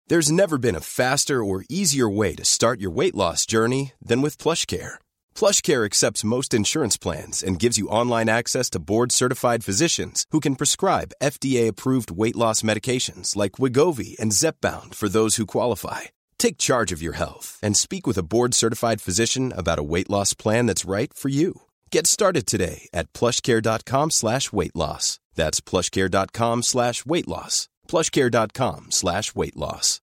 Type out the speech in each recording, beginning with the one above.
There's never been a faster or easier way to start your weight loss journey than with PlushCare. PlushCare accepts most insurance plans and gives you online access to board-certified physicians who can prescribe FDA-approved weight loss medications like Wegovy and Zepbound for those who qualify. Take charge of your health and speak with a board-certified physician about a weight loss plan that's right for you. Get started today at plushcare.com/weightloss. That's plushcare.com/weightloss. plushcare.com/weightloss.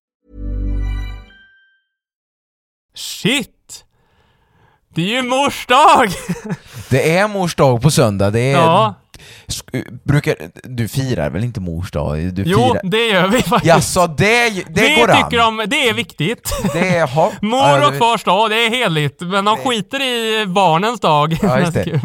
Shit! Det är ju mors dag! Det är mors dag på söndag. Det är... Ja. Du firar väl inte mors dag? Jo, det gör vi faktiskt. Jaså, det går an. Det är viktigt. Det är, mor och fars dag, det är heligt. Men de skiter i barnens dag. Ja, just det.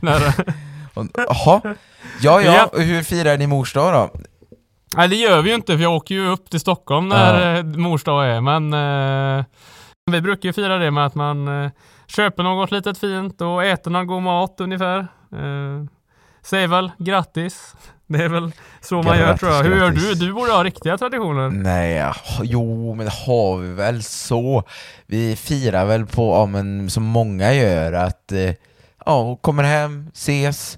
Ja. Hur firar ni mors dag då? Nej, det gör vi ju inte, för jag åker ju upp till Stockholm när mors dag är. Men vi brukar ju fira det med att man köper något litet fint och äter någon god mat ungefär. Säg väl grattis. Det är väl så man gör, tror jag. Hur gör du? Du borde ha riktiga traditioner. Nej, men har vi väl så. Vi firar väl på, men som många gör, att kommer hem, ses.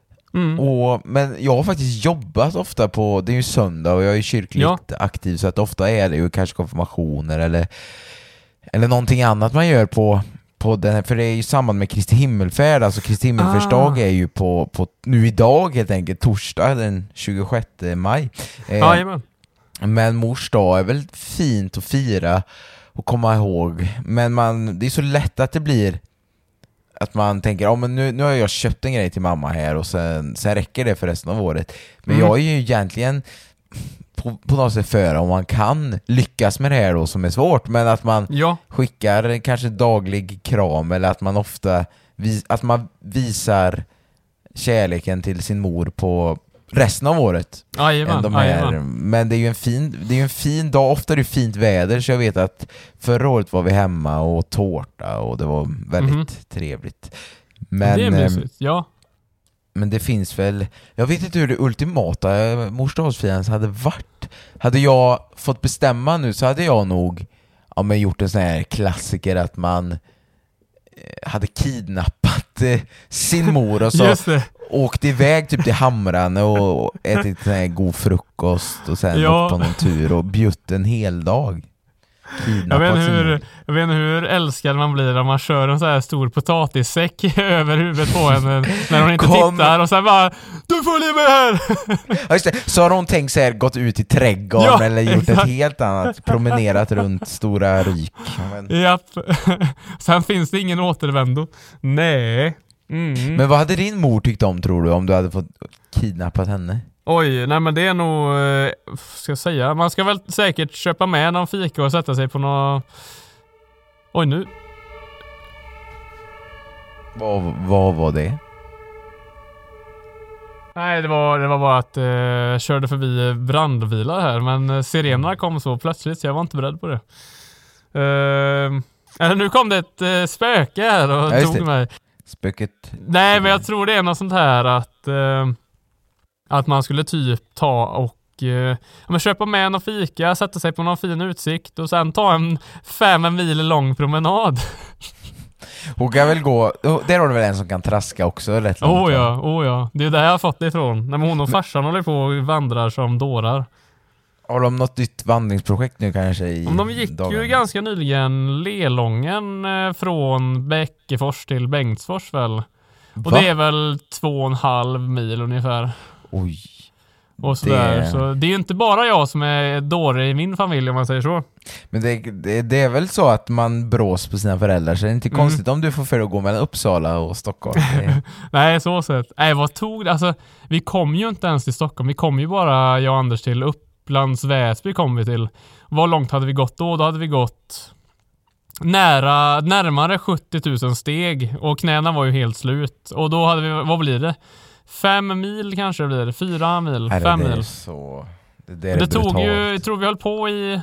Men jag har faktiskt jobbat ofta på, det är ju söndag och jag är kyrkligt aktiv, så att ofta är det ju kanske konfirmationer eller någonting annat man gör på den, för det är ju samband med Kristi himmelfärd. Alltså Kristi himmelfärdsdag är ju på nu idag helt enkelt, torsdag den 26 maj. Men mors dag är väl fint att fira och komma ihåg, men det är så lätt att det blir att man tänker, men nu har jag köpt en grej till mamma här och sen räcker det för resten av året. Men jag är ju egentligen på något sätt för om man kan lyckas med det här då, som är svårt, men att man skickar kanske daglig kram, eller att man ofta att man visar kärleken till sin mor på resten av året. Men det är ju en fin dag, ofta är det fint väder, så jag vet att förra året var vi hemma och tårta och det var väldigt trevligt. Men det är mysigt, men det finns väl, jag vet inte hur det ultimata morsdagsfirandet hade varit. Hade jag fått bestämma nu så hade jag nog gjort en sån här klassiker, att man hade kidnappat sin mor och så åkt iväg typ till Hamran och ätit sån här god frukost och sen åkt på någon tur och bjutt en hel dag. Jag vet inte hur älskad man blir om man kör en så här stor potatissäck över huvudet på henne när hon inte tittar och sen bara, du följer med här. Ja, just det. Så har hon tänkt sig gått ut i trädgården eller gjort ett helt annat, promenerat runt Stora Ryk. Japp. Sen finns det ingen återvändo. Nej. Men vad hade din mor tyckt om, tror du, om du hade fått kidnappat henne? Oj, nej men det är nog, ska jag säga, man ska väl säkert köpa med någon fika och sätta sig på någon... Oj, nu. Vad var det? Nej, det var bara att körde förbi brandbilar här, men sirenerna kom så plötsligt så jag var inte beredd på det. Nu kom det ett spöke här och tog mig. Spöket? Nej, men jag tror det är något sånt här att man skulle typ ta och köpa med en fika, sätta sig på någon fin utsikt och sen ta en 5 mil lång promenad. Hon kan väl gå, där har du väl en som kan traska också rätt långt. Ja. Det är där jag har fått det ifrån. När hon och farsan håller på och vandrar som dårar. Har de något nytt vandringsprojekt nu kanske i de gick dagarna? Ju ganska nyligen Lelången från Bäckefors till Bengtsfors väl. Och det är väl 2,5 mil ungefär. Oj. Och sådär. Så det är ju inte bara jag som är dåre i min familj, om man säger så. Men det är väl så att man brås på sina föräldrar, så det är inte konstigt om du får för att gå mellan Uppsala och Stockholm. Nej, så sett. Nej, vad tog det? Alltså, vi kom ju inte ens till Stockholm. Vi kom ju bara, jag och Anders, till Upplands Väsby kom vi till. Vad långt hade vi gått då? Då hade vi gått närmare 70 000 steg och knäna var ju helt slut. Och då hade vi, vad blir det? 5 mil kanske blir det, 4 mil, 5 mil. Det tog ju, jag tror vi höll på i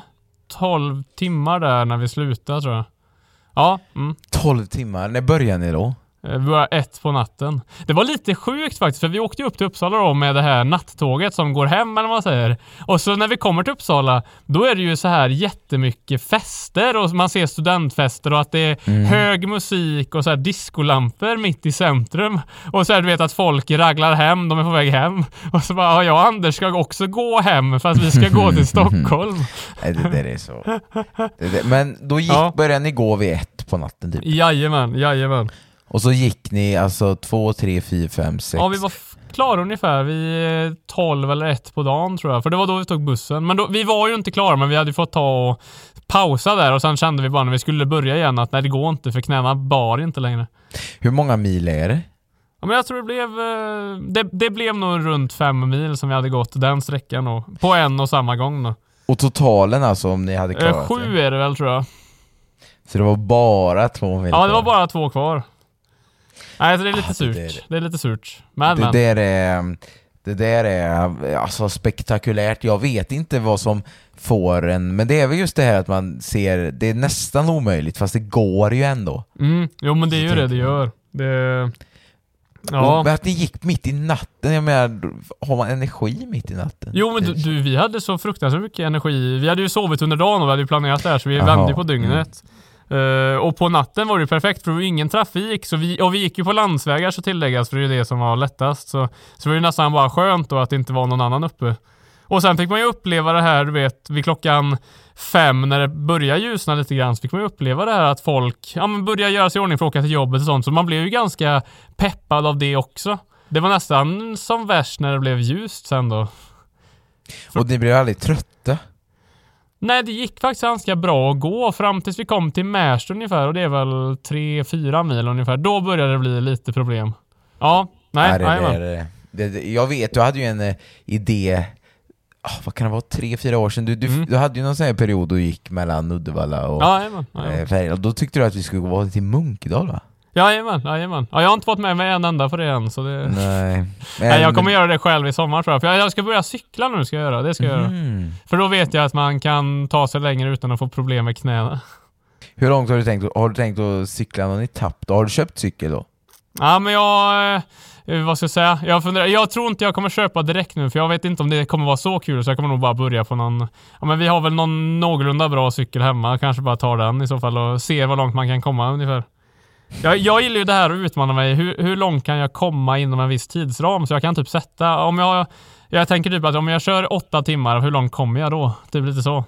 12 timmar där när vi slutade, tror jag. Ja. 12 timmar, när började ni då? Vi var 1 på natten. Det var lite sjukt faktiskt, för vi åkte upp till Uppsala då med det här nattåget som går hem, eller vad man säger. Och så när vi kommer till Uppsala, då är det ju så här jättemycket fester och man ser studentfester och att det är hög musik och så här discolampor mitt i centrum. Och så här, du vet att folk raglar hem, de är på väg hem. Och så bara, jag och Anders ska också gå hem fast vi ska gå till Stockholm. Nej, det där är så. Men då började ni gå vid 1 på natten typ? Jajamän. Och så gick ni alltså 2, 3, 4, 5, 6? Ja, vi var klara ungefär vid 12 eller 1 på dagen tror jag. För det var då vi tog bussen. Men då, vi var ju inte klara, men vi hade fått ta och pausa där. Och sen kände vi bara när vi skulle börja igen att nej, det går inte, för knäna bar inte längre. Hur många mil är det? Ja, men jag tror det blev nog runt 5 mil som vi hade gått den sträckan då, på en och samma gång då. Och totalen alltså, om ni hade klarat 7 är det väl tror jag. Så det var bara 2 mil? Ja, det var bara 2 kvar. Nej, så det är lite surt. Det är lite surt. Det där är alltså spektakulärt. Jag vet inte vad som får en, men det är väl just det här att man ser, det är nästan omöjligt fast det går ju ändå. Jo, men det är ju det gör. Ja. Och att ni gick mitt i natten, jag menar, har man energi mitt i natten? Jo, men vi hade så fruktansvärt mycket energi. Vi hade ju sovit under dagen och vi hade ju planerat där, så vi vände på dygnet. Och på natten var det perfekt för det var ingen trafik, så vi gick ju på landsvägar så tilläggas, för det är det som var lättast, så det var ju nästan bara skönt då att det inte var någon annan uppe. Och sen fick man ju uppleva det här, du vet, vid klockan 5 när det börjar ljusna lite grann, så fick man ju uppleva det här att folk börjar göra sig i ordning för att åka till jobbet och sånt, så man blev ju ganska peppad av det också. Det var nästan som värst när det blev ljust sen då. Och ni blev aldrig trötta? Nej, det gick faktiskt ganska bra att gå fram tills vi kom till Märsta ungefär, och det är väl 3-4 mil ungefär. Då började det bli lite problem. Ja, jag vet, du hade ju en idé, vad kan det vara, 3-4 år sedan? Du hade ju någon sån här period då du gick mellan Uddevalla och Färjestad. Då tyckte du att vi skulle gå till Munkedal, va? Jajamän. Ja, jag har inte fått med mig en enda för det än, så det... Nej. Nej, jag kommer göra det själv i sommar tror jag. För jag ska börja cykla nu, ska jag göra. Det ska jag göra. För då vet jag att man kan ta sig längre utan att få problem med knäna. Hur långt har du tänkt? Har du tänkt att cykla någon etapp då? Har du köpt cykel då? Ja, men vad ska jag säga? Jag tror inte jag kommer köpa direkt nu, för jag vet inte om det kommer vara så kul, så jag kommer nog bara börja på någon... Ja, men vi har väl någon någorlunda bra cykel hemma. Kanske bara tar den i så fall och ser vad långt man kan komma ungefär. Jag gillar ju det här att utmana mig. Hur långt kan jag komma inom en viss tidsram? Så jag kan typ sätta... Jag tänker typ att om jag kör 8 timmar, hur långt kommer jag då? Typ lite så.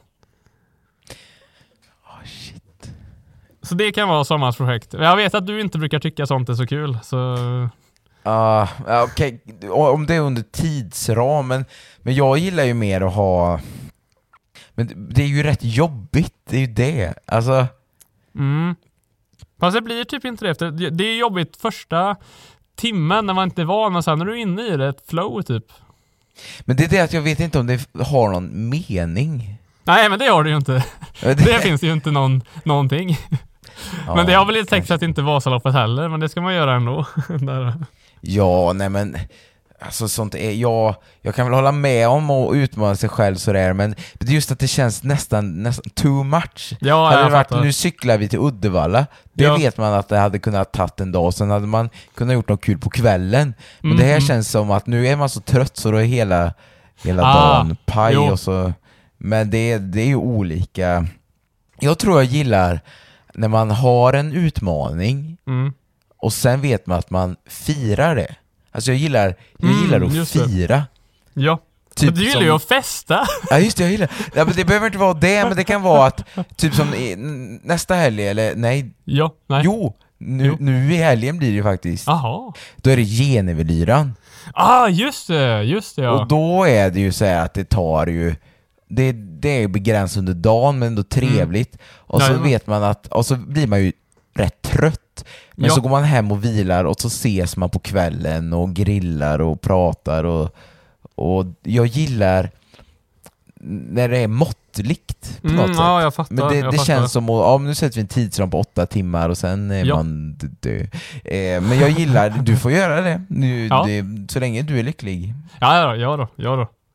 Shit. Så det kan vara sommarsprojekt. Jag vet att du inte brukar tycka sånt är så kul, så... Okej. Om det är under tidsramen. Men jag gillar ju mer att ha... Men det är ju rätt jobbigt, det är ju det. Alltså... Fast det blir typ inte det efter. Det är jobbigt första timmen när man inte är van, och sen är du inne i det, ett flow typ. Men det är det att jag vet inte om det har någon mening. Nej, men det har det ju inte. Det finns ju inte någonting. Ja, men det har väl inte tänkt sig att det inte Vasaloppet heller, men det ska man göra ändå. Ja, nej men... Alltså sånt är... Jag kan väl hålla med om att utmana sig själv sådär, men det är just att det känns nästan too much. Ja, hade det varit, nu cyklar vi till Uddevalla, det vet man att det hade kunnat tagit en dag, sen hade man kunnat gjort något kul på kvällen. Men det här känns som att nu är man så trött så då är hela dagen paj och så... Men det är ju olika. Jag tror jag gillar när man har en utmaning och sen vet man att man firar det. Alltså jag gillar att fira. Ja. Typ men du gillar ju att festa. Ja, just det, jag gillar. Ja, men det behöver inte vara det, men det kan vara att typ som nästa helg eller nej. Ja, nej. Jo, nu i helgen blir det ju faktiskt. Aha. Då är det Genevelyran. Just det ja. Och då är det ju så här att det tar ju det är begränsat under dagen, men ändå trevligt. Och så vet man att, och så blir man ju rätt trött. Men så går man hem och vilar och så ses man på kvällen och grillar och pratar och jag gillar när det är måttligt på något sätt. Ja, jag fattar. Men det känns som att nu sätter vi en tidsram på 8 timmar och sen är man död. Men jag gillar, du får göra det. Nu, så länge du är lycklig. Ja då.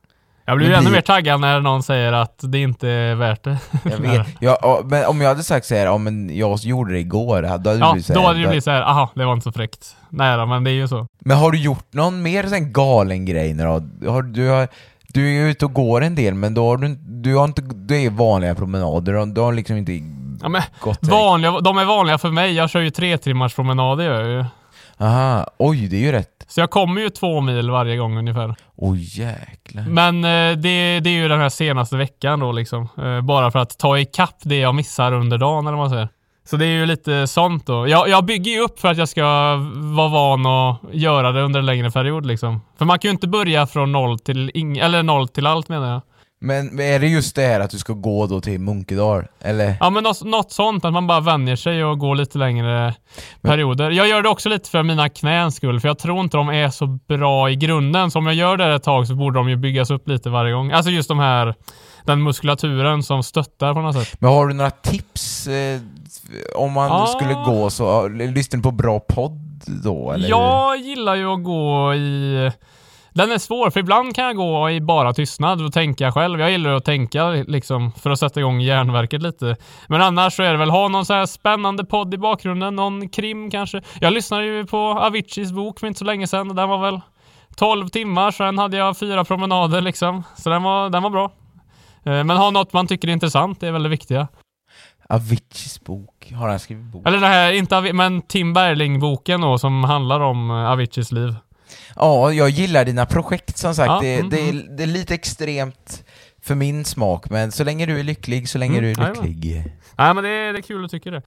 Jag blir ju ännu mer taggad när någon säger att det inte är värt det. Jag vet. Men om jag hade sagt så här, men jag gjorde det igår, då hade det blivit så här. Då hade det blivit så här, aha, det var inte så fräckt. Nej då, men det är ju så. Men har du gjort någon mer sån galen grej då? Du är ju ute och går en del, men då har du har inte, det är vanliga promenader, du har liksom inte gått de är vanliga för mig. Jag kör ju 3 timmars promenader gör jag ju. Aha, oj, det är ju rätt. Så jag kommer ju 2 mil varje gång ungefär. Jäklar. Men det är ju den här senaste veckan då liksom. Bara för att ta ikapp det jag missar under dagen eller vad man säger. Så det är ju lite sånt då. Jag bygger ju upp för att jag ska vara van att göra det under en längre period liksom. För man kan ju inte börja från 0 till allt menar jag. Men är det just det här att du ska gå då till Munkedal? Eller? Ja, men något sånt att man bara vänjer sig och går lite längre perioder. Jag gör det också lite för mina knäns skull, för jag tror inte de är så bra i grunden. Så om jag gör det ett tag så borde de ju byggas upp lite varje gång. Alltså just den muskulaturen som stöttar på något sätt. Men har du några tips om man skulle gå så? Lyssnar på bra podd då? Eller? Jag gillar ju att gå i... Den är svår, för ibland kan jag gå i bara tystnad och tänka själv. Jag gillar att tänka liksom, för att sätta igång hjärnverket lite. Men annars så är det väl ha någon så här spännande podd i bakgrunden, någon krim kanske. Jag lyssnade ju på Aviciis bok för inte så länge sedan och den var väl 12 timmar, sen hade jag 4 promenader liksom. Så den var bra. Men ha något man tycker är intressant, det är väldigt viktiga. Aviciis bok, har han skrivit bok? Eller det här, inte men Tim Berling-boken då, som handlar om Aviciis liv. Ja, jag gillar dina projekt som sagt. Ja, det är lite extremt för min smak, men så länge du är lycklig, så länge du är lycklig. Nej, men det är kul att tycka det.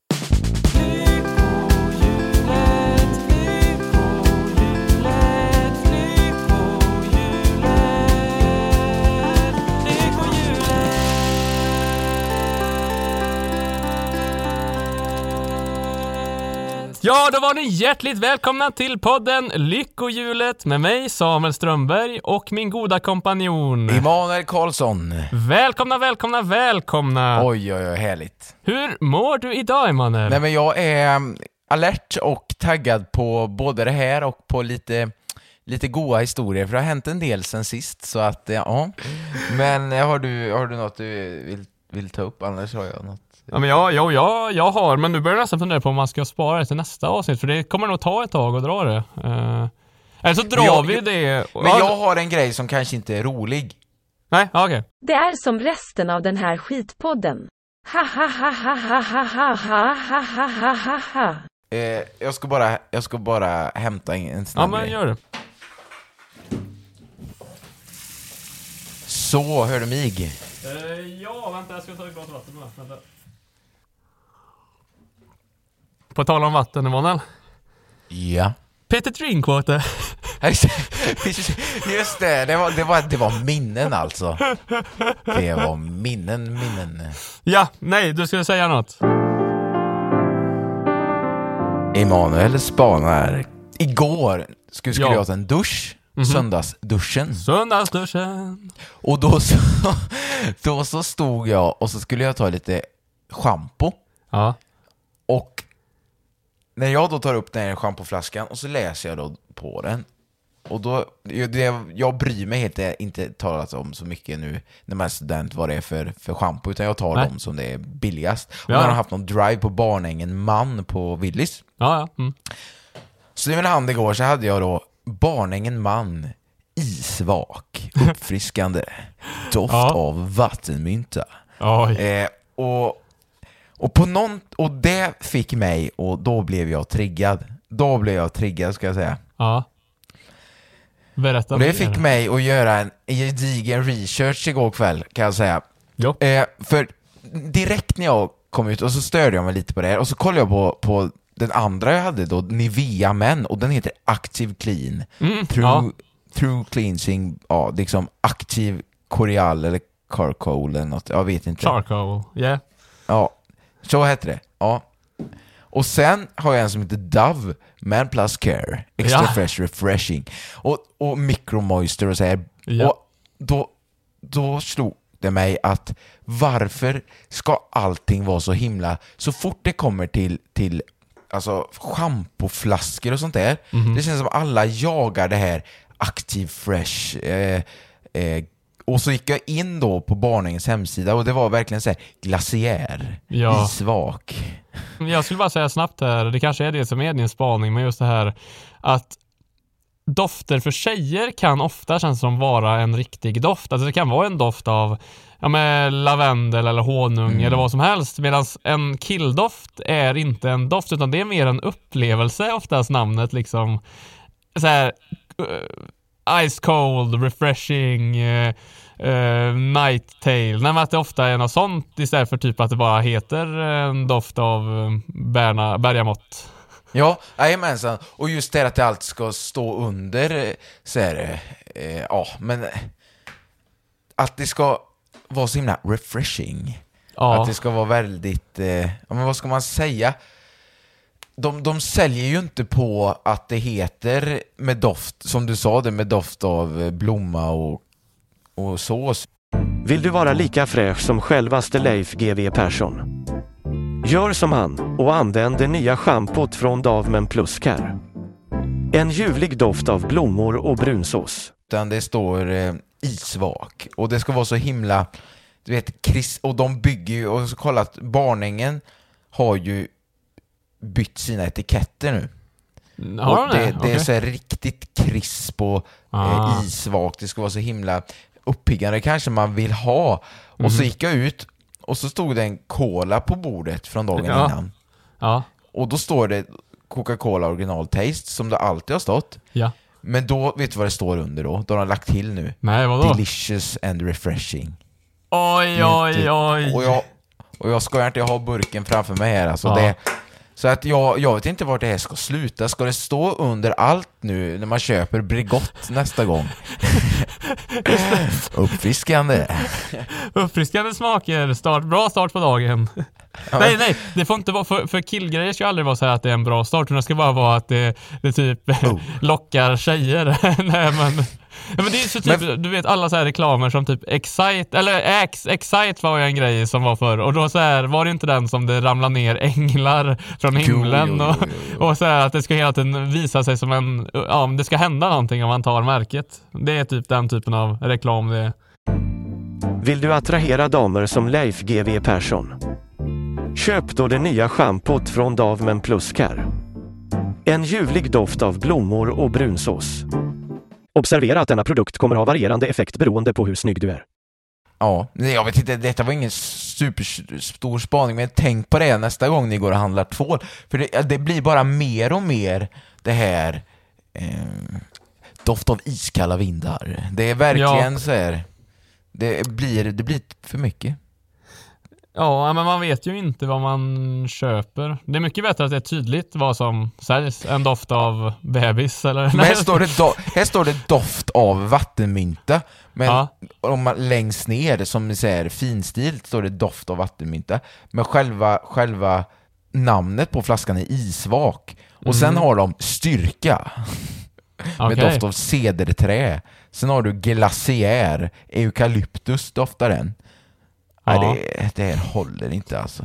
Ja, då var ni hjärtligt välkomna till podden Lyckohjulet med mig, Samuel Strömberg, och min goda kompanjon Emanuel Karlsson. Välkomna. Oj, härligt. Hur mår du idag, Emanuel? Nej, men jag är alert och taggad på både det här och på lite goda historier, för det har hänt en del sen sist, så att ja. Men har du något du vill ta upp? Annars har jag något. Ja, men jag har, men nu börjar jag nästan fundera på om man ska spara det till nästa avsnitt, för det kommer nog ta ett tag att dra det. Eller så drar vi det. Men jag har en grej som kanske inte är rolig. Nej, okej. Det är som resten av den här skitpodden. Ha ha ha ha ha ha ha ha ha ha ha. Jag ska bara hämta en snabb grej. Ja, men gör det. Så, hör du mig? Ja, vänta, jag ska ta ett glas vatten med. Vänta. På tal om vatten, Emanuel. Ja. Peter Drinkwater. Just det, det var minnen alltså. Det var minnen. Ja, nej, du skulle säga något. Emanuel spanar. Igår skulle jag ta en dusch. Söndagsduschen. Och då så stod jag och så skulle jag ta lite shampoo. Ja. Och när jag då tar upp den här schampoflaskan och så läser jag då på den. Och då, jag bryr mig inte talat om så mycket nu när man är student vad det är för shampoo, utan jag tar dem som det är billigast. Och man har haft någon drive på Barnängen man på Willys. Ja. Så i min hand igår så hade jag då Barnängen man, isvak, uppfriskande, doft av vattenmynta. Och det fick mig, och då blev jag triggad. Ska jag säga. Ja. Berätta. Och det fick mig att göra en gedigen research igår kväll, kan jag säga. Jo. För direkt när jag kom ut, och så störde jag mig lite på det här, och så kollade jag på den andra jag hade då, Nivea Men, och den heter Active Clean. True Cleansing, liksom aktiv Koreal eller Charcoal eller något, jag vet inte. Charcoal, yeah. Ja, så heter det. Ja. Och sen har jag en som heter Dove Man Plus Care Extra Fresh Refreshing och Micro Moisture och så här. Och då slog det mig att varför ska allting vara så himla, så fort det kommer till alltså schampoflaskor och sånt där, det känns som alla jagar det här Active Fresh Och så gick jag in då på Barningens hemsida och det var verkligen så här glaciär, isvak. Jag skulle bara säga snabbt här, det kanske är det som är din spaning, men just det här att dofter för tjejer kan ofta kännas som vara en riktig doft. Alltså det kan vara en doft av lavendel eller honung eller vad som helst, medan en killdoft är inte en doft utan det är mer en upplevelse, oftast namnet liksom så här ice cold, refreshing, night tail. Nej, men att det ofta är något sånt istället för typ att det bara heter en doft av bergamott. Ja, jajamensan. Och just det att det alltid ska stå under så här, men att det ska vara så himla refreshing. Ja. Att det ska vara väldigt, men vad ska man säga? De säljer ju inte på att det heter med doft, som du sa det, med doft av blomma och sås. Vill du vara lika fräsch som självaste Leif GW Persson? Gör som han och använd det nya schampot från Dove Men Plus Care. En ljuvlig doft av blommor och brunsås. Det står isvak och det ska vara så himla, du vet, och de bygger ju, och så kollat, Barningen har ju bytt sina etiketter nu. Och det är så här riktigt krisp och isvak. Det ska vara så himla uppiggande kanske man vill ha. Och så gick jag ut och så stod det en cola på bordet från dagen innan. Ja. Och då står det Coca-Cola Original Taste som det alltid har stått. Ja. Men då, vet du vad det står under då? Då har de lagt till nu. Nej, vadå? Delicious and refreshing. Oj. Och jag skojar inte, jag har burken framför mig här. Alltså så att jag vet inte vart det här ska sluta. Ska det stå under allt nu när man köper Bregott nästa gång? Uppfriskande. Uppfriskande smaker. Bra start på dagen. Ja, nej, det får inte vara för killgrejer ska aldrig vara så här att det är en bra start. Det ska bara vara att det typ lockar tjejer. Nej, men det är så typ, du vet alla så här reklamer som typ Excite eller Excite var ju en grej som var förr, och då så här var det inte den som det ramlar ner änglar från himlen och så här att det ska hela tiden visa sig som en, det ska hända någonting om man tar märket. Det är typ den typen av reklam det är. Vill du attrahera damer som Leif GW Persson? Köp då det nya schampot från Dove Men Plus Care. En ljuvlig doft av blommor och brunsås. Observera att denna produkt kommer ha varierande effekt beroende på hur snygg du är. Ja, jag vet inte, detta var ingen superstor spaning, men tänk på det nästa gång ni går och handlar tvål. För det blir bara mer och mer det här doft av iskalla vindar. Det är verkligen så här, det blir för mycket. Ja, men man vet ju inte vad man köper. Det är mycket bättre att det är tydligt vad som säljs. En doft av bebis eller... Men här står det doft av vattenmynta. Men om man längst ner, som ni säger, finstilt, står det doft av vattenmynta. Men själva namnet på flaskan är isvak. Och sen har de styrka. Med doft av cederträ. Sen har du glaciär. Eukalyptus doftar den. Nej, det här håller inte alltså.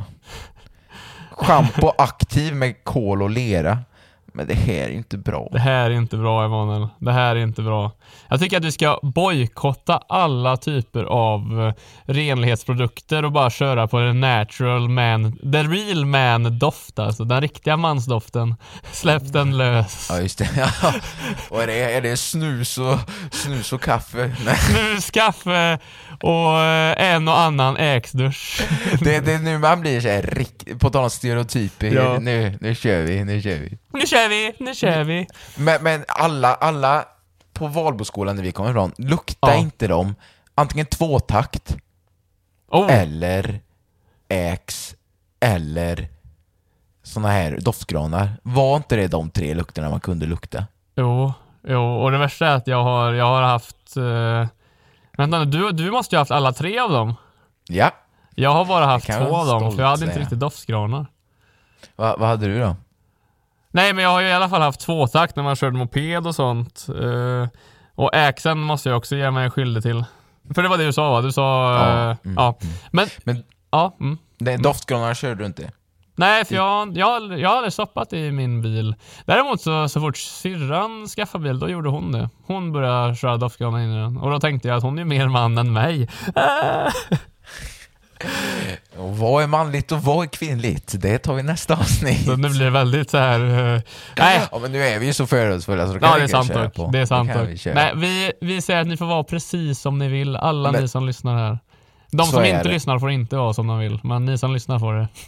Shampoo aktiv med kol och lera. Men det här är inte bra. Det här är inte bra, Emanuel. Det här är inte bra. Jag tycker att vi ska bojkotta alla typer av renlighetsprodukter och bara köra på den natural man, the real man doft, alltså den riktiga mansdoften. Släpp den lös. Ja, just det. Ja. Och är det snus och kaffe? Nej. Snus, kaffe och en och annan äksdusch. Det är nu man blir så här på tal om stereotyper. Ja. Nu kör vi. Men alla på Valboskolan när vi kommer ifrån, luktar inte de antingen tvåtakt eller äx eller såna här doftgranar. Var inte det de tre lukterna man kunde lukta? Jo, och det värsta är att jag har haft vänta, du måste ju ha haft alla tre av dem. Ja. Jag har bara haft 2 av dem, för jag hade inte riktigt doftgranar. Vad hade du då? Nej, men jag har ju i alla fall haft tvåtakt när man körde moped och sånt. Och äxen måste jag också ge mig skyldig till. För det var det du sa, va? Du sa... Men doftgranar körde du inte? Nej, för jag har aldrig stoppat i min bil. Däremot så fort syrran skaffade bil, då gjorde hon det. Hon började köra doftkranen in i den. Och då tänkte jag att hon är mer man än mig. Och vad är manligt och vad är kvinnligt? Det tar vi nästa avsnitt. Så nu blir det väldigt så här... nej. Ja, men nu är vi ju så fördomsfulla så då Ja, kan det är sant köra dock. på. Det är sant Då kan dock. vi köra. Nej, vi säger att ni får vara precis som ni vill. Alla Men- ni som lyssnar här. De Så som är inte det. lyssnar får inte vara som de vill. Men ni som lyssnar får det.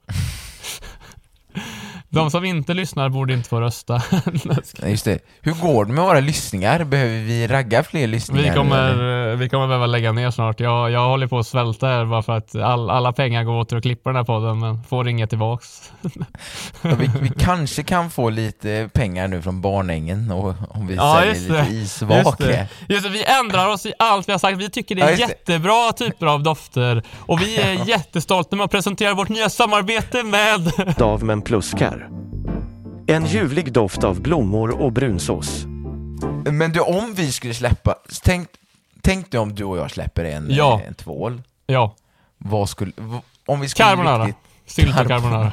De som inte lyssnar borde inte få rösta. Nej, just det. Hur går det med våra lyssningar? Behöver vi ragga fler lyssningar? Vi kommer behöva lägga ner snart. Jag håller på att svälta här bara för att alla pengar går åt till att klippa den här podden, men får inget tillbaks. Ja, vi kanske kan få lite pengar nu från Barnängen och om vi Ja, säljer just lite det. isvake. Just det, vi ändrar oss i allt vi har sagt. Vi tycker det är Ja, just det. jättebra typer av dofter. Och vi är jättestolta med att presentera vårt nya samarbete med... Dav men pluskar. En ljuvlig doft av blommor och brunsås. Men du, om vi skulle släppa... Tänk dig om du och jag släpper en tvål. Ja, Om vi skulle carbonara. Sylt och carbonara.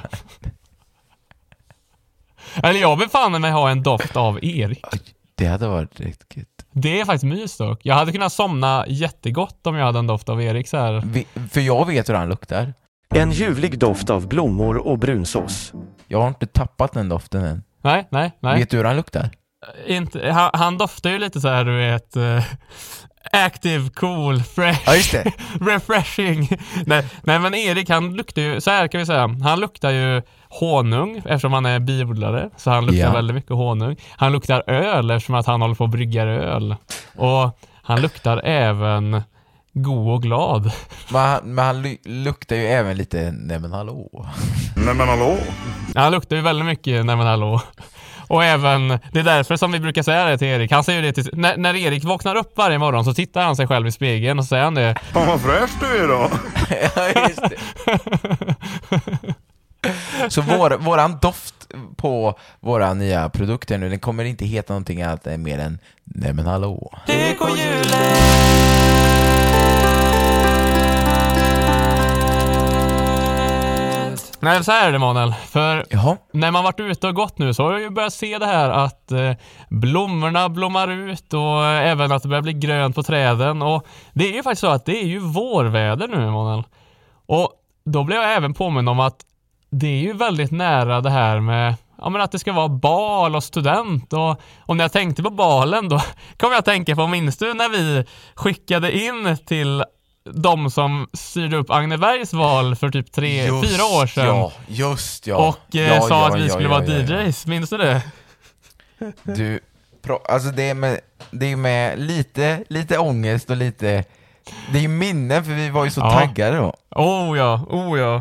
Eller jag vill fan med ha en doft av Erik. Det hade varit riktigt. Det är faktiskt mys dock. Jag hade kunnat somna jättegott om jag hade en doft av Erik så här. För jag vet hur han luktar. En ljuvlig doft av blommor och brunsås. Jag har inte tappat den doften än. Nej. Vet du hur han luktar? Inte, han doftar ju lite så här, du vet, active, cool, fresh, Ja, just det. refreshing. Nej, men Erik, han luktar ju, så här kan vi säga, han luktar ju honung eftersom han är biodlare, så han luktar väldigt mycket honung. Han luktar öl eftersom att han håller på att brygga öl. Och han luktar även god och glad. Men han luktar ju även lite nej men hallå. Han luktar ju väldigt mycket nej men hallå. Och även, det är därför som vi brukar säga det till Erik. Han säger det till, när Erik vaknar upp varje morgon så tittar han sig själv i spegeln och säger han det. Fan vad fräsch du är då. Ja, just det. Så våran doft på våra nya produkter nu, den kommer inte heta någonting annat mer än nej men hallå. Nej, så här är det, Manuel. För Jaha. när man varit ute och gått nu så har jag ju börjat se det här att blommorna blommar ut och även att det börjar bli grönt på träden. Och det är ju faktiskt så att det är ju vårväder nu, Manuel. Och då blev jag även påminn om att det är ju väldigt nära det här med att det ska vara bal och student. Och när jag tänkte på balen då kom jag att tänka på, minns du när vi skickade in till de som styrde upp Agnebergs val för typ 3-4 år sedan. Ja, just ja. Och sa att vi skulle vara DJs. Minns du det? Du, alltså det är med lite ångest och lite... Det är ju minnen, för vi var ju så taggade då. Oh ja.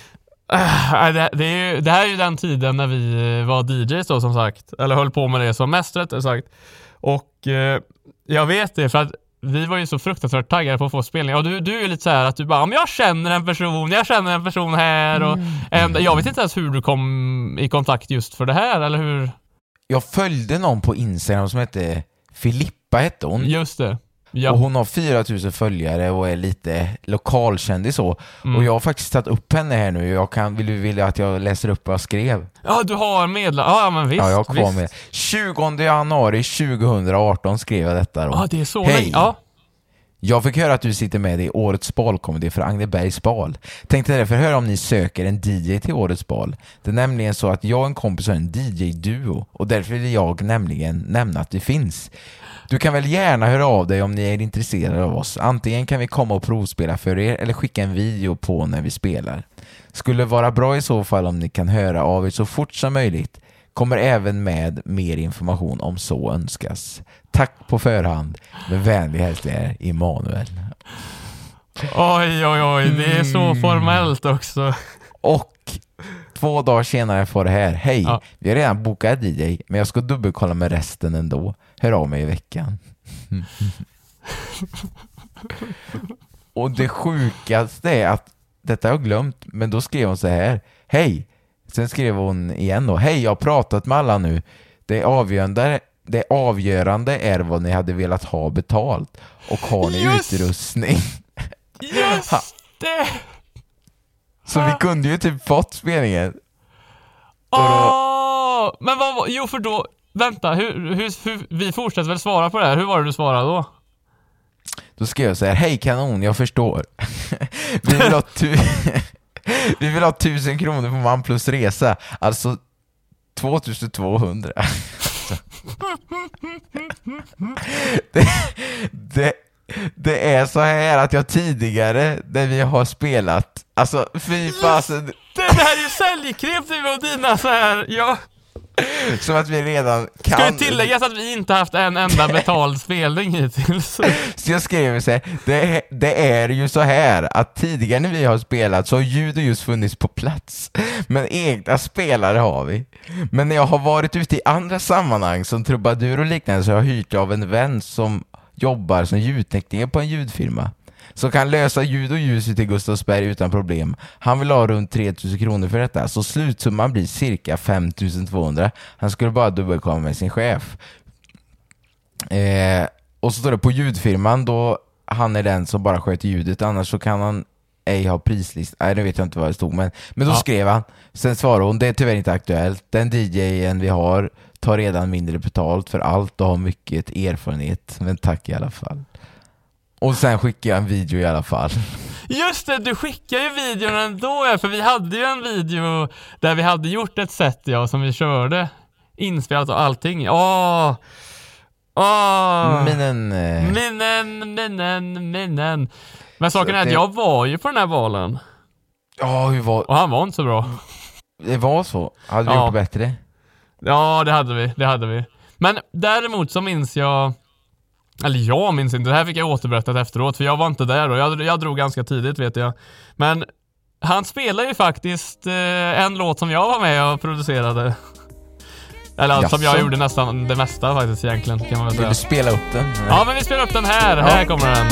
Det här är ju den tiden när vi var DJs då, som sagt. Eller höll på med det som mest, rättare sagt. Och jag vet det för att vi var ju så fruktansvärt taggade på att få spelningar. Och du är lite så här att du bara, men jag känner en person här. Och jag vet inte ens hur du kom i kontakt just för det här, eller hur? Jag följde någon på Instagram som hette Filippa, hette hon. Just det. Ja. Och hon har 4000 följare och är lite lokalkänd så. Och jag har faktiskt tagit upp henne här nu. Vill du vilja att jag läser upp vad jag skrev? Ja, du har medlem. Ja, men visst. Ja, jag har kvar med. 20 januari 2018 skrev jag detta då. Ja, det är så. Hej! Ja. Jag fick höra att du sitter med i årets balkomedi för Agnebergs bal. Tänkte därför höra om ni söker en DJ till årets bal. Det är nämligen så att jag och en kompis har en DJ-duo och därför vill jag nämligen nämna att det finns. Du kan väl gärna höra av dig om ni är intresserade av oss. Antingen kan vi komma och provspela för er eller skicka en video på när vi spelar. Skulle vara bra i så fall om ni kan höra av er så fort som möjligt. Kommer även med mer information om så önskas. Tack på förhand. Med vänlig hälsning, Emanuel. Oj, det är så formellt också. Och 2 dagar senare får det här. Hej, vi har redan bokat DJ, men jag ska dubbelkolla med resten ändå. Hör av mig i veckan. Och det sjukaste är att detta har jag glömt, men då skrev hon så här. Hej. Sen skrev hon igen då. Hej, jag har pratat med alla nu. Det avgörande är vad ni hade velat ha betalt. Och har ni utrustning? Just det! Så vi kunde ju typ fått spelningen. Men vad, jo för då, vänta, hur vi fortsätter väl svara på det här. Hur var det du svarade då? Då skrev jag så här: hej kanon, jag förstår. vi vill ha 1000 kronor på man plus resa. Alltså 2200. Det är så här att jag tidigare när vi har spelat, alltså fy fasen. Det här är ju säljknep och dina så här, ja. Som att vi redan kan. Ska ju tilläggas att vi inte haft en enda betald spelning hittills. Så jag skrev så här: det är ju så här att tidigare när vi har spelat så har ljudet just funnits på plats. Men egna spelare har vi. Men när jag har varit ute i andra sammanhang som trubadur och liknande så har jag hyrt av en vän som jobbar som ljudtekniker på en ljudfirma. Så kan lösa ljud och ljus till Gustavsberg utan problem. Han vill ha runt 3000 kronor för detta. Så slutsumman blir cirka 5200. Han skulle bara dubbelkomma med sin chef. Och så står det på ljudfirman då han är den som bara sköter ljudet. Annars så kan han ej ha prislist. Nej, det vet jag inte vad det stod. Men då skrev han. Sen svarade hon: det är tyvärr inte aktuellt. Den DJ:en vi har tar redan mindre betalt för allt och har mycket erfarenhet. Men tack i alla fall. Och sen skickade jag en video i alla fall. Just det, du skickade ju videon ändå. För vi hade ju en video där vi hade gjort ett set, ja, som vi körde. Inspelat och allting. Minnen. Men saken är att jag var ju på den här valen. Hur var... Och han var inte så bra. Det var så. Hade vi gjort bättre? Ja, det hade vi. Men däremot så minns jag... Eller jag minns inte, det här fick jag återberättat efteråt. För jag var inte där och jag drog ganska tidigt, vet jag. Men han spelade ju faktiskt en låt som jag var med och producerade. Eller som jag gjorde nästan det mesta faktiskt egentligen, kan man väl säga. Vill du spela upp den? Ja, men vi spelar upp den här. Här kommer den.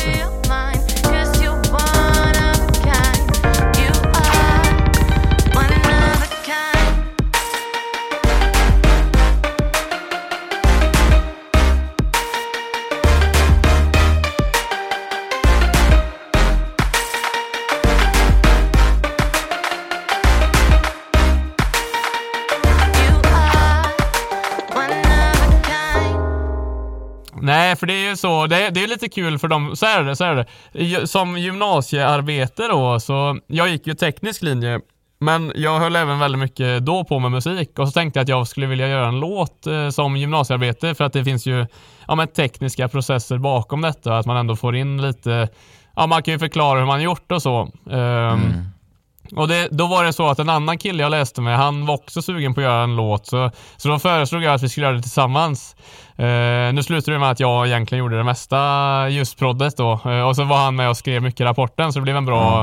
Nej, för det är ju så, det är lite kul för dem, så är det. Som gymnasiearbete då, så jag gick ju teknisk linje, men jag höll även väldigt mycket då på med musik. Och så tänkte jag att jag skulle vilja göra en låt som gymnasiearbete, för att det finns ju tekniska processer bakom detta, att man ändå får in lite, man kan ju förklara hur man gjort och så. Och då var det så att en annan kille jag läste med, han var också sugen på att göra en låt, så då föreslog jag att vi skulle göra det tillsammans. Nu slutade det med att jag egentligen gjorde det mesta, just proddet då, och så var han med och skrev mycket rapporten, så det blev en bra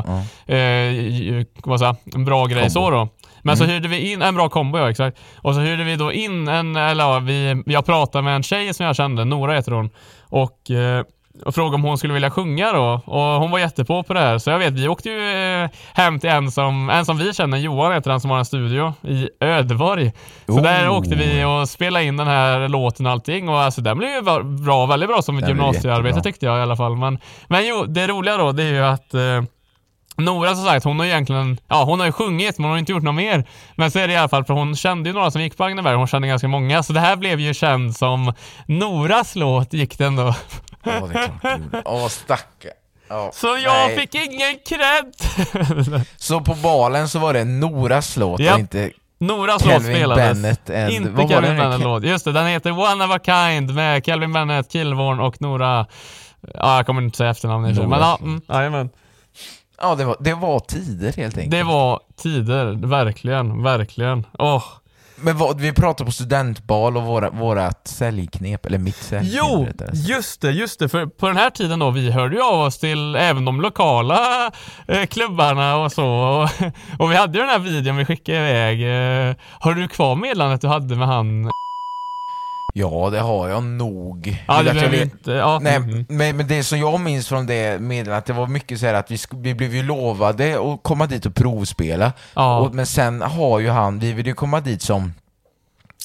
en bra grej kombo. Så då. Men så hyrde vi in en bra kombo, ja, exakt. Och så hyrde vi då in jag pratade med en tjej som jag kände, Nora heter hon, och frågade om hon skulle vilja sjunga då. Och hon var jättepå på det här. Så jag vet, vi åkte ju hem till en som vi känner, Johan heter han, som har en studio i Ödeborg. Så där åkte vi och spelade in den här låten och allting. Och alltså den blev ju bra, väldigt bra som ett gymnasiearbete tyckte jag i alla fall. Men jo, det roliga då, det är ju att Nora, som sagt, hon har egentligen, hon har ju sjungit, men hon har inte gjort något mer. Men så är det i alla fall, för hon kände ju några som gick på Agneberg. Hon kände ganska många. Så det här blev ju känd som Noras låt, gick den då. Det är klart. Stacka. Så jag fick ingen cred. Så på balen så var det Noras låt, och inte Noras låt spelades. Inte Kelvin Bennett låt. Just det, den heter One of a Kind med Kelvin Bennett, Killborn och Nora. Jag kommer inte säga efternamn. Men det var tider helt enkelt. Det var tider, verkligen. Men vi pratar på studentbal och vårat säljknep, eller mitt säljknep. Jo, just det. För på den här tiden då, vi hörde ju av oss till även de lokala klubbarna och så. Och vi hade ju den här videon vi skickade iväg. Har du kvar meddelandet du hade med han? Ja, det har jag nog. Ja, det blev inte. Men det som jag minns från det meddelandet, det var mycket så här att vi blev ju lovade att komma dit och provspela. Ja. Men sen har ju vi vill ju komma dit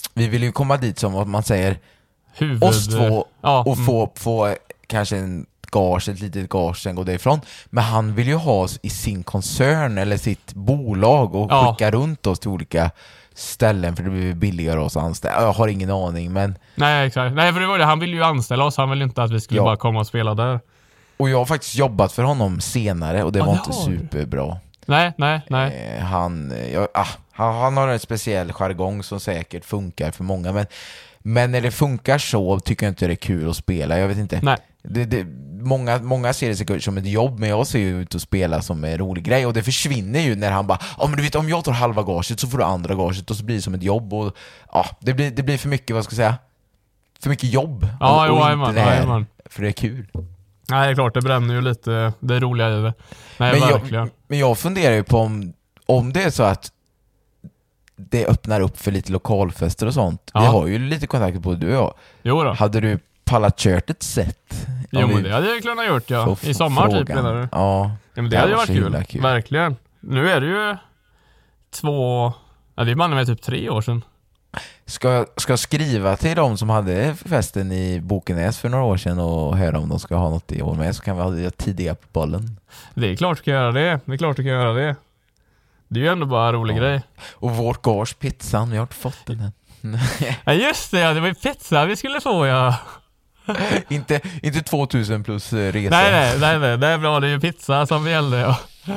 som vad man säger, oss två, och få kanske en ett litet gage, sen gå därifrån. Men han vill ju ha i sin koncern eller sitt bolag och skicka runt oss till olika ställen för det blir billigare oss anställa. Jag har ingen aning, men... Nej, exakt. Nej, för det var det. Han ville ju anställa oss. Han ville inte att vi skulle bara komma och spela där. Och jag har faktiskt jobbat för honom senare och det var inte superbra. Nej. Han har en speciell jargong som säkert funkar för många, men när det funkar så tycker jag inte det är kul att spela. Jag vet inte. Nej. Många ser det säkert som ett jobb, men jag ser ju ut att spela som en rolig grej, och det försvinner ju när han bara, men du vet, om jag tar halva gaget så får du andra gaget, och så blir det som ett jobb, och det blir för mycket, vad ska jag säga, för mycket jobb. För det är kul. Nej, det är klart, det bränner ju lite det roliga i det. Nej, verkligen. Men jag funderar ju på om det är så att det öppnar upp för lite lokalfester och sånt. Vi har ju lite kontakter på du och jag. Jo då. Hade du pallat kört ett sätt? Jo, men det hade jag kunnat gjort, ja. I sommar typ, menar du? Ja. Men det hade ju varit kul. Verkligen. Nu är det ju det är bara med typ 3 år sedan. Ska jag skriva till dem som hade festen i Bokenäs för några år sedan och höra om de ska ha något i år med, så kan vi ha det tidigare på bollen. Det är klart du kan göra det. Det är ju ändå bara en rolig grej. Och vårt gage, pizzan, vi har inte fått den än. Ja, just det, det var ju pizza vi skulle få, ja. inte 2000 plus resa. Nej, det är bra, det är ju pizza som gäller, ja.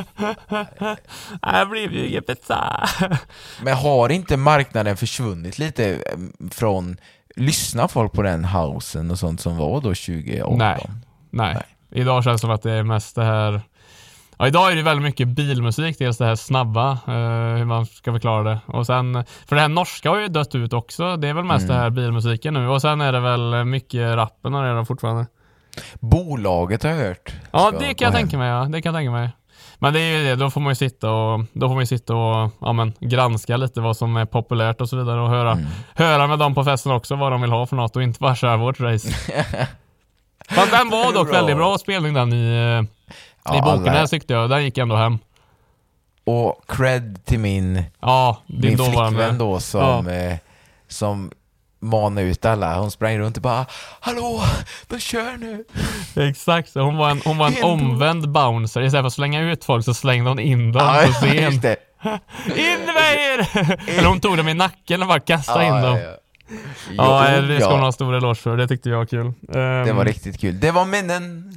Det blir ju ingen pizza. Men har inte marknaden försvunnit lite från, lyssna folk på den housen och sånt som var då 2018? Nej. Idag känns det som att det är mest det här. Ja, idag är det väldigt mycket bilmusik, dels det här snabba, hur man ska förklara det. Och sen, för det här norska har ju dött ut också. Det är väl mest det här bilmusiken nu. Och sen är det väl mycket rappen och redan fortfarande. Bolaget har jag hört. Ja, det kan jag tänka mig, ja. Det kan jag tänka mig. Men det är ju det, då får man ju sitta och granska lite vad som är populärt och så vidare. Och höra med dem på festen också vad de vill ha för något och inte bara köra vårt race. Fast den var dock väldigt bra spelning den i Bokenäs, tyckte jag. Den gick ändå hem. Och cred till min flickvän då som manade ut alla. Hon sprang runt och bara, hallå, de kör nu. Exakt, hon var en omvänd bouncer. Istället för att slänga ut folk så slängde hon in dem på scen. Just det. In med er! Eller hon tog dem i nacken och bara kastade in dem. Det ska hon ha stor eloge för. Det tyckte jag var kul. Det var riktigt kul. Det var minnen.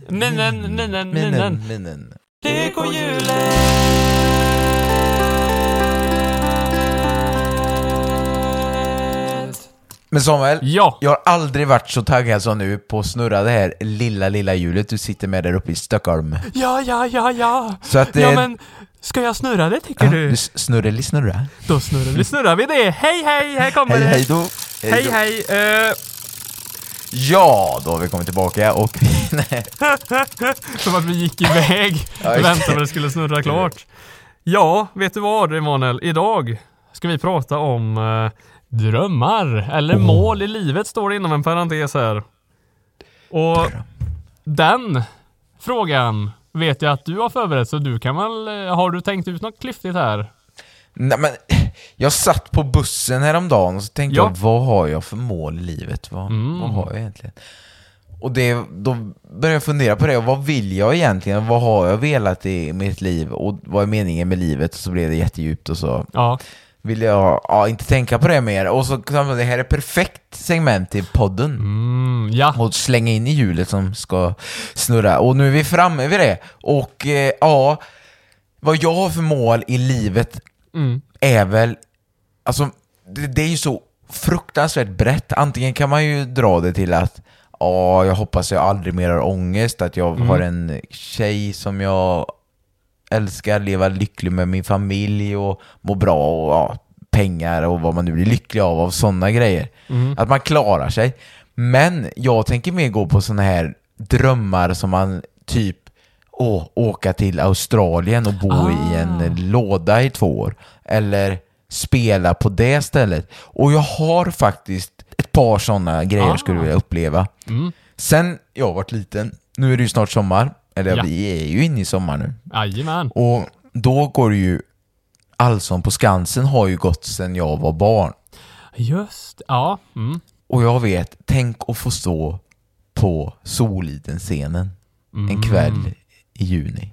Lyckohjulet. Men Samuel, jag har aldrig varit så taggad som nu på att snurra det här lilla hjulet du sitter med där uppe i Stockholm. Ja. Så att, men ska jag snurra det, tycker du? Snurra. Då snurrar vi det. Hej, här kommer det. Hej då. Hej. Ja, då har vi kommit tillbaka och som att vi gick iväg. Väntade på det skulle snurra klart. Ja, vet du vad, Emanuel? Idag ska vi prata om drömmar eller mål i livet, står det inom en parentes här. Och den frågan vet jag att du har förberett, så du kan väl, har du tänkt ut något klyftigt här? Nej, men jag satt på bussen häromdagen och så tänkte jag, vad har jag för mål i livet? Vad har jag egentligen? Och då började jag fundera på det, och vad vill jag egentligen? Vad har jag velat i mitt liv? Och vad är meningen med livet? Och så blev det jättedjupt, och så vill jag inte tänka på det mer. Och så det här är perfekt segment till podden. Och slänga in i hjulet som ska snurra. Och nu är vi framme vid det. Och vad jag har för mål i livet är väl, alltså det är ju så fruktansvärt brett. Antingen kan man ju dra det till att jag hoppas jag aldrig mer har ångest, att jag har en tjej som jag älskar, leva lycklig med min familj och må bra, och pengar och vad man nu blir lycklig av sådana grejer. Att man klarar sig. Men jag tänker mer gå på såna här drömmar som man typ åka till Australien och bo i en låda i 2 år. Eller spela på det stället. Och jag har faktiskt ett par sådana grejer skulle jag vilja uppleva. Sen jag har varit liten, nu är det ju snart sommar. Eller vi är ju inne i sommar nu. Jajamän. Och då går det ju, Allsång på Skansen har ju gått sedan jag var barn. Just, Och jag vet, tänk att få stå på Soliden-scenen. en kväll i juni.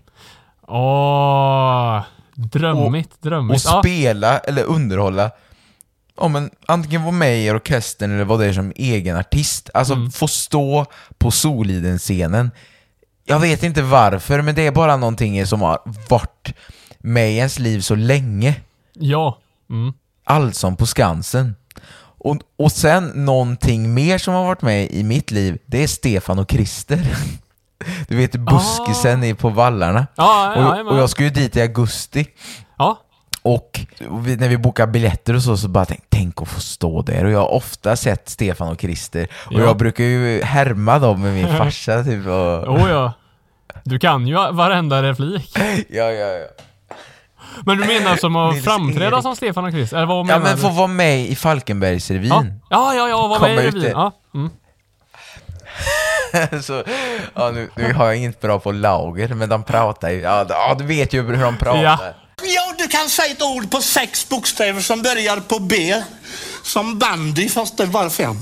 Drömmigt. Och spela eller underhålla. Men antingen vara med i orkestern eller vara där som egen artist. Alltså få stå på Soliden-scenen. Jag vet inte varför, men det är bara någonting som har varit med i ens liv så länge. Ja. Allsång på Skansen. Och sen någonting mer som har varit med i mitt liv, det är Stefan och Christer. Du vet, buskisen är på Vallarna. Och jag ska ju dit i augusti. Ja. Och när vi bokar biljetter och så bara tänk att få stå där. Och jag har ofta sett Stefan och Christer. Och jag brukar ju härma dem med min farsa typ. Ja. Du kan ju varenda replik. Ja. Men du menar som att framträda som Stefan och Christer? Eller vad menar men få vara med i Falkenbergsrevyn. Ja, vara med i revyn. Ja. Så, nu har jag inget bra på lager, men de pratar ju. Ja, du vet ju hur de pratar. Ja, du kan säga ett ord på 6 bokstäver som börjar på B. Som bandy, fast det var 5.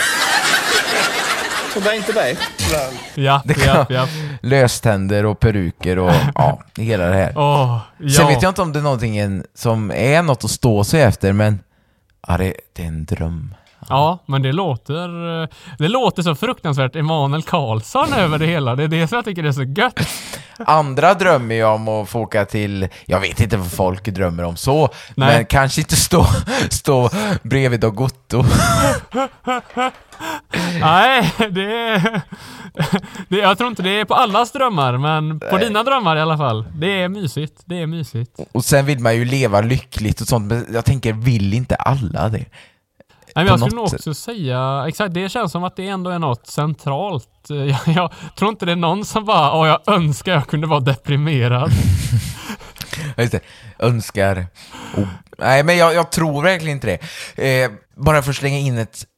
Så det är inte det. Ja. Löständer och peruker och hela det här. Sen vet jag inte om det är någonting som är något att stå sig efter, men det är en dröm. Ja, men det låter så fruktansvärt Emanuel Karlsson över det hela. Det är det som jag tycker är så gött. Andra drömmer ju om att få åka till, jag vet inte vad folk drömmer om så, nej, men kanske inte stå bredvid Dagotto. Nej, jag tror inte det är på allas drömmar, men på dina drömmar i alla fall. Det är mysigt. Och sen vill man ju leva lyckligt och sånt, men jag tänker, vill inte alla det? Nej, men jag skulle nog också säga, exakt, det känns som att det ändå är något centralt. Jag tror inte det är någon som bara, jag önskar jag kunde vara deprimerad. Just det, önskar. Nej, men jag tror verkligen inte det. Bara för att slänga in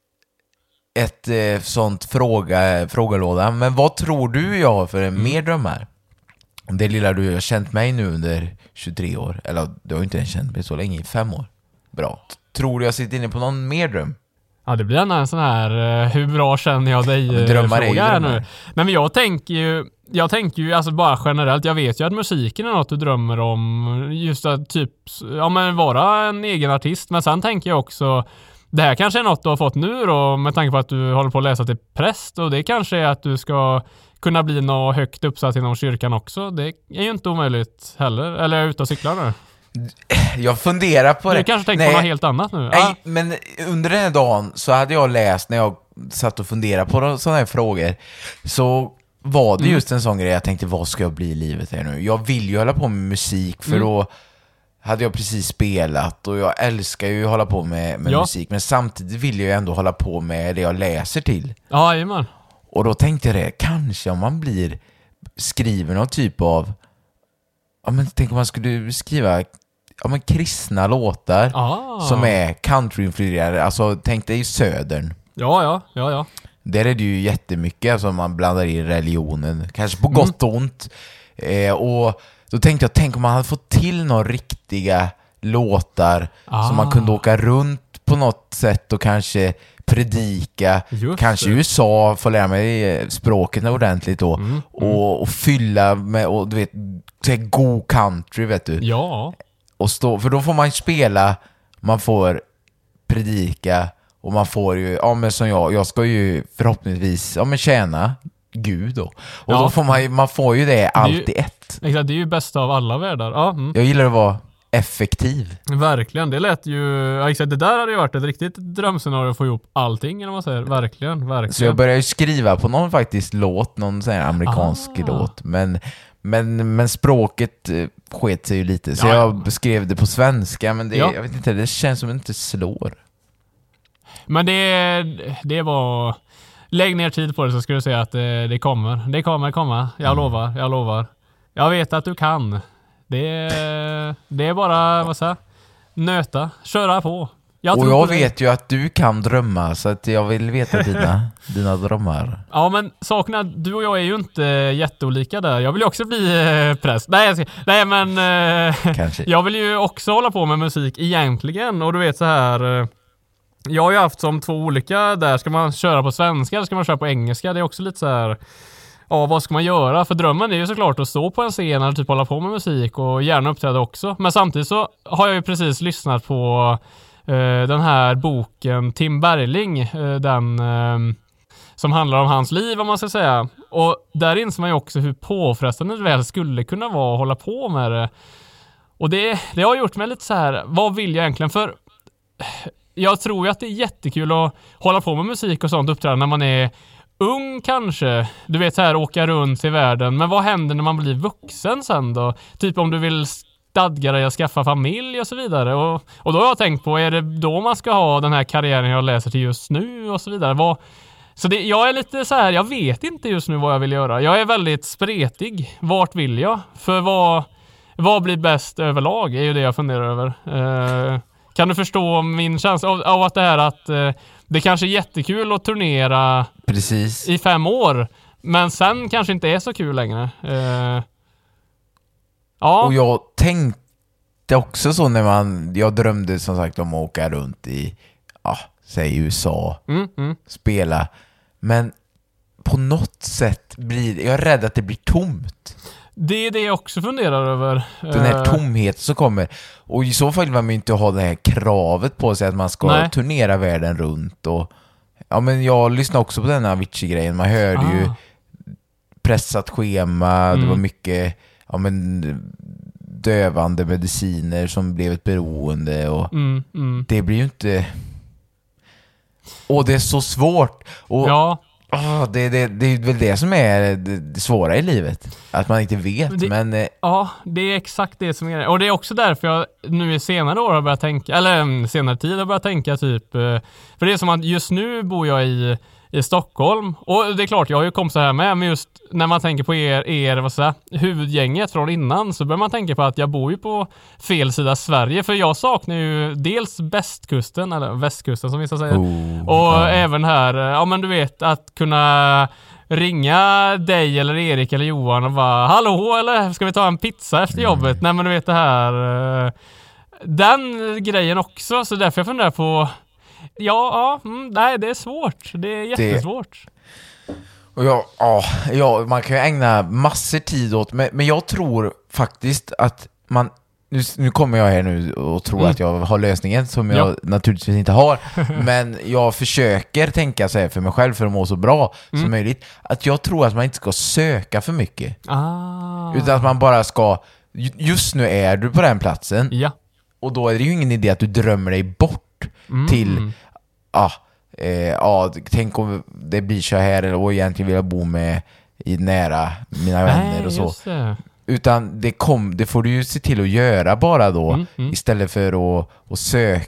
ett sånt frågelåda. Men vad tror du jag har för mer drömmar? Det lilla du har känt mig nu under 23 år. Eller du har ju inte ens känt mig så länge, i 5 år. Bra. Tror du jag sitter inne på någon mer dröm? Ja, det blir en sån här hur bra känner jag dig drömmar fråga är ju nu. Nej, men jag tänker ju alltså bara generellt, jag vet ju att musiken är något du drömmer om, just att typ vara en egen artist, men sen tänker jag också, det här kanske är något du har fått nu då, med tanke på att du håller på att läsa till präst, och det kanske är att du ska kunna bli något högt uppsatt inom kyrkan också. Det är ju inte omöjligt heller. Eller är jag ute och cyklar nu? Jag funderar på det. Du kanske tänker på något helt annat nu. Nej, men under den här dagen så hade jag läst, när jag satt och funderade på sådana här frågor, så var det just en sån grej. Jag tänkte, vad ska jag bli i livet här nu? Jag vill ju hålla på med musik, för då hade jag precis spelat, och jag älskar ju att hålla på med musik, men samtidigt vill jag ju ändå hålla på med det jag läser till. Ja, jajamän. Och då tänkte jag det, kanske om man skriver någon typ av, tänk om man skulle skriva kristna låtar som är countryinfluerade, alltså tänk dig Södern. Ja. Där är det ju jättemycket, alltså man blandar i religionen, kanske på gott och ont. Och då tänkte jag, tänk om man hade fått till några riktiga låtar som man kunde åka runt på något sätt och kanske predika, kanske i USA, få lära mig språket ordentligt då, och fylla med, och du vet, god country, vet du. Ja. Och för då får man spela, man får predika, och man får ju, men som jag ska ju förhoppningsvis tjäna Gud då. Och då får man får ju det allt i ett. Exakt, det är ju bästa av alla världar. Jag gillar att vara effektiv. Verkligen, det lät ju, exakt, det där hade ju varit ett riktigt drömscenario att få ihop allting, eller vad man säger. Verkligen. Så jag började ju skriva på någon faktiskt låt, någon sån här amerikansk låt, men språket sket sig ju lite, så jag skrev det på svenska, men det, jag vet inte, det känns som det inte slår. Men det var, lägg ner tid på det, så ska du säga att det kommer komma. Jag lovar. Jag vet att du kan. Det är bara, vad säger, nöta, köra på. Jag vet ju att du kan drömma, så att jag vill veta dina drömmar. Ja, men sakerna, du och jag är ju inte jätteolika där. Jag vill ju också bli präst. Nej, men jag vill ju också hålla på med musik egentligen. Och du vet så här, jag har ju haft som 2 olika där. Ska man köra på svenska eller ska man köra på engelska? Det är också lite så här, vad ska man göra? För drömmen är ju såklart att stå på en scen eller typ hålla på med musik och gärna uppträda också. Men samtidigt så har jag ju precis lyssnat på den här boken Tim Bergling, den som handlar om hans liv, om man ska säga. Och där inser man ju också hur påfrestande det väl skulle kunna vara att hålla på med det. Och det har gjort mig lite så här, vad vill jag egentligen? För jag tror ju att det är jättekul att hålla på med musik och sånt, uppträda när man är ung kanske. Du vet så här, åka runt i världen. Men vad händer när man blir vuxen sen då? Typ om du vill stadga dig att skaffa familj och så vidare. Och då har jag tänkt på, är det då man ska ha den här karriären jag läser till just nu och så vidare? Så jag är lite så här, jag vet inte just nu vad jag vill göra. Jag är väldigt spretig. Vart vill jag? För vad blir bäst överlag är ju det jag funderar över. Kan du förstå min känsla av att det här att det kanske är jättekul att turnera precis i 5 år, men sen kanske inte är så kul längre. Ja. Och jag tänkte också så när jag drömde som sagt om att åka runt i säg USA, spela, men på något sätt jag är rädd att det blir tomt. Det är det jag också funderar över. Den här tomheten som kommer. Och i så fall vill man ju inte ha det här kravet på sig att man ska turnera världen runt. Och, men jag lyssnade också på den här Avicii-grejen. Man hörde ju pressat schema. Det var mycket dövande mediciner som blev ett beroende. Och det blir ju inte... Och det är så svårt. Och det är väl det som är det svåra i livet. Att man inte vet. Men ja, det är exakt det som är det. Och det är också därför jag nu i senare år har börjat tänka, eller senare tid har börjat tänka typ, för det är som att just nu bor jag i Stockholm. Och det är klart, jag har ju kompisar här med, men just när man tänker på huvudgänget från innan, så börjar man tänka på att jag bor ju på fel sida Sverige. För jag saknar ju dels västkusten, eller västkusten som vissa säger. Och även här, men du vet, att kunna ringa dig eller Erik eller Johan och bara, hallå, eller ska vi ta en pizza efter jobbet? Nej, men du vet det här, den grejen också. Så därför jag funderar på nej, det är svårt. Det är jättesvårt. Och man kan ju ägna massor tid åt, men jag tror faktiskt att man nu kommer jag här nu och tror att jag har lösningen som jag naturligtvis inte har, men jag försöker tänka så här för mig själv för att må så bra som möjligt, att jag tror att man inte ska söka för mycket. Utan att man bara ska, just nu är du på den platsen och då är det ju ingen idé att du drömmer dig bort till tänk om det blir så här, och egentligen vill jag bo med nära mina vänner och så. Utan det får du ju se till att göra bara då, istället för att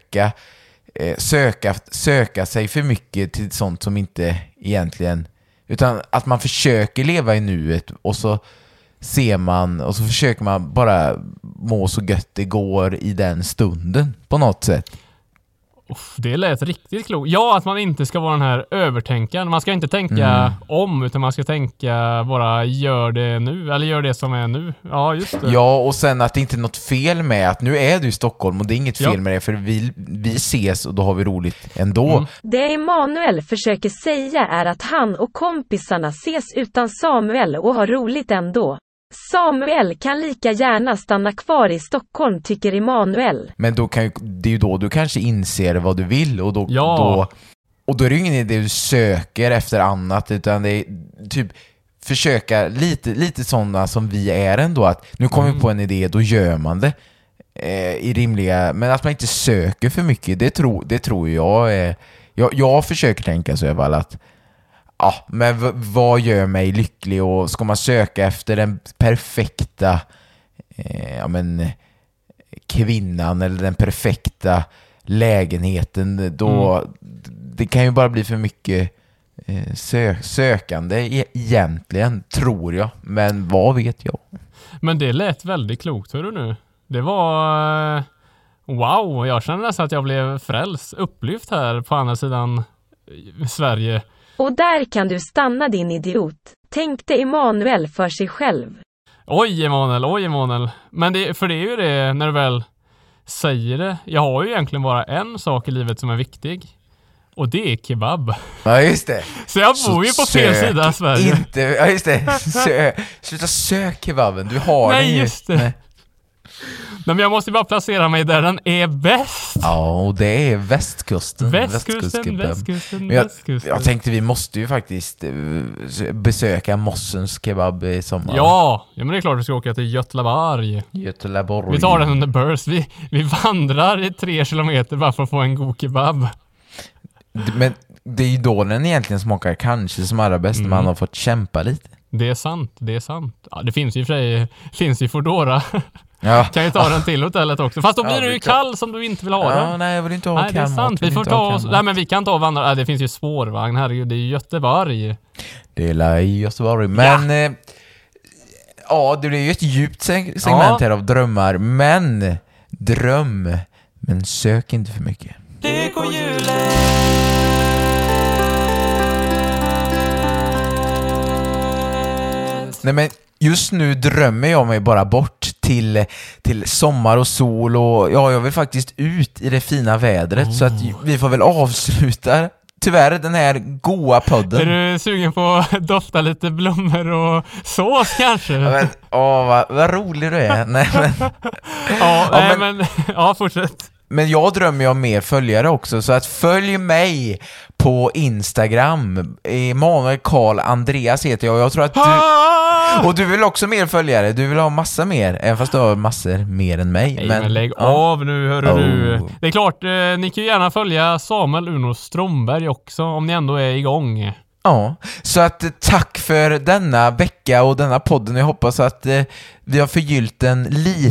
söka sig för mycket till sånt som inte egentligen, utan att man försöker leva i nuet, och så ser man, och så försöker man bara må så gött det går i den stunden på något sätt. Det lät riktigt klokt. Ja, att man inte ska vara den här övertänkaren. Man ska inte tänka om, utan man ska tänka bara gör det nu, eller gör det som är nu. Ja, just det. Ja, och sen att det inte är något fel med att nu är du i Stockholm och det är inget fel med det, för vi ses och då har vi roligt ändå. Det Emanuel försöker säga är att han och kompisarna ses utan Samuel och har roligt ändå. Samuel kan lika gärna stanna kvar i Stockholm, tycker Emanuel. Men det är ju då du kanske inser vad du vill, och då är det ju ingen idé du söker efter annat, utan det är typ försöka lite sådana som vi är ändå, att nu kommer vi på en idé, då gör man det i rimliga, men att man inte söker för mycket, det tror jag jag försöker tänka så i alla fall, att men vad gör mig lycklig, och ska man söka efter den perfekta kvinnan eller den perfekta lägenheten, då det kan ju bara bli för mycket sökande egentligen, tror jag, men vad vet jag. Men det lät väldigt klokt, hör du nu. Det var wow, jag känner nästan att jag blev upplyft här på andra sidan Sverige. Och där kan du stanna, din idiot, tänkte Emanuel för sig själv. Oj Emanuel. Men det är ju det, när du väl säger det. Jag har ju egentligen bara en sak i livet som är viktig. Och det är kebab. Ja, just det. Så jag bor ju på fel sida av Sverige. Inte, ja, just det. Sluta sök kebaben. Du har den ju. Nej, just det. Nej. Men jag måste bara placera mig där den är bäst. Ja, och det är västkusten. Västkusten. Jag tänkte vi måste ju faktiskt besöka Mossens kebab i sommar. Ja, men det är klart vi ska åka till Götlaborg. Vi tar den under burst. Vi vandrar i 3 kilometer bara för att få en god kebab. Men det är ju då den egentligen smakar kanske som allra bäst när man har fått kämpa lite. Det är sant. Ja, det finns ju i Foodora. Ja. Kan ju ta den till hotellet också. Fast då blir du ju kall som du inte vill ha den. Ja, nej, jag vill inte ha kall. Det är sant. Vi får ta oss. Nej, men vi kan ta och vandra. Det finns ju spårvagn. Herregud, det är ju Göteborg. Det är i Göteborg. Men det blir ju ett djupt segment här av drömmar. Men sök inte för mycket. Nej, men just nu drömmer jag mig bara bort till sommar och sol och jag vill faktiskt ut i det fina vädret så att vi får väl avsluta tyvärr den här goa podden. Är du sugen på att dofta lite blommor och sås kanske? Ja, men, vad rolig du är. Nej, men... fortsätt. Men jag drömmer ju om mer följare också, så att följ mig på Instagram. Emanuel Karl Andreas heter jag och jag tror att du... Och du vill också mer följare. Du vill ha massa mer, även fast du har massor mer än mig. Nej, men lägg av nu, hörru du. Det är klart, ni kan ju gärna följa Samuel Uno Stromberg också, om ni ändå är igång. Ja, så att tack för denna vecka och denna podden. Jag hoppas att vi har förgyllt den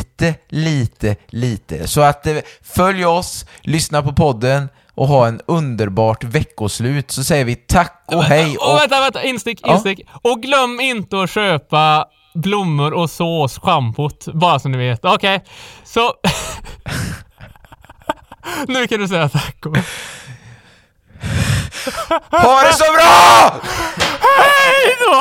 lite. Så att följ oss, lyssna på podden och ha en underbart veckoslut. Så säger vi tack och hej. Och vänta, instick. Och glöm inte att köpa blommor och sås, schampot, bara så ni vet. Okej, så nu kan du säga tack och... Ha det så bra! Hej då!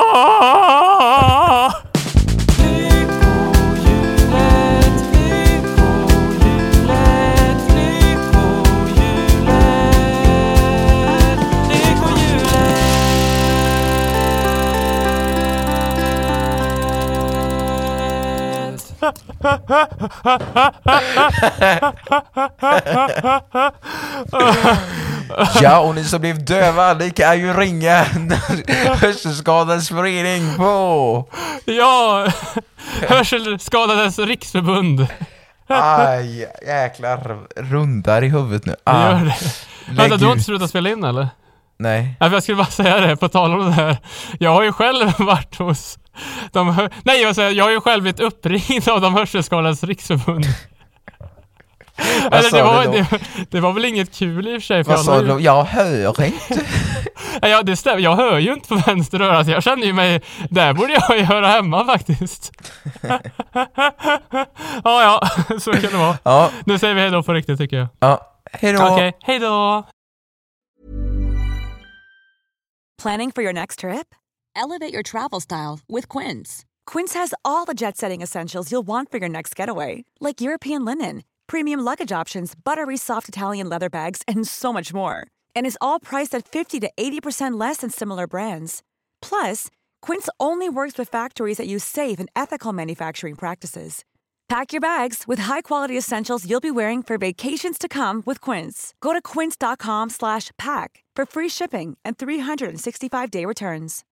Ja, och ni som blev döva, ni kan ju ringa Hörselskadades förening på... Ja, Hörselskadades riksförbund. Aj, jäklar, rundar i huvudet nu. Gör det. Vänta, du har inte slutat spela in eller? Nej. Jag skulle bara säga det, på tal om det här. Jag har ju själv varit hos... jag har ju själv blivit uppringd av de Hörselskadades riksförbund. Eller det var väl inget kul i och för sig. Vad sa du? Jag hör inte. Ja, det stämmer. Jag hör ju inte på vänster öra. Jag känner ju mig... Där borde jag ju höra hemma faktiskt. Ja, så kan det vara. Ja. Nu säger vi hej då på riktigt, tycker jag. Ja, hej då. Okej, hej då. Planning for your next trip? Elevate your travel style with Quince. Quince has all the jet-setting essentials you'll want for your next getaway, like European linen, premium luggage options, buttery soft Italian leather bags, and so much more. And is all priced at 50 to 80% less than similar brands. Plus, Quince only works with factories that use safe and ethical manufacturing practices. Pack your bags with high-quality essentials you'll be wearing for vacations to come with Quince. Go to quince.com/pack for free shipping and 365-day returns.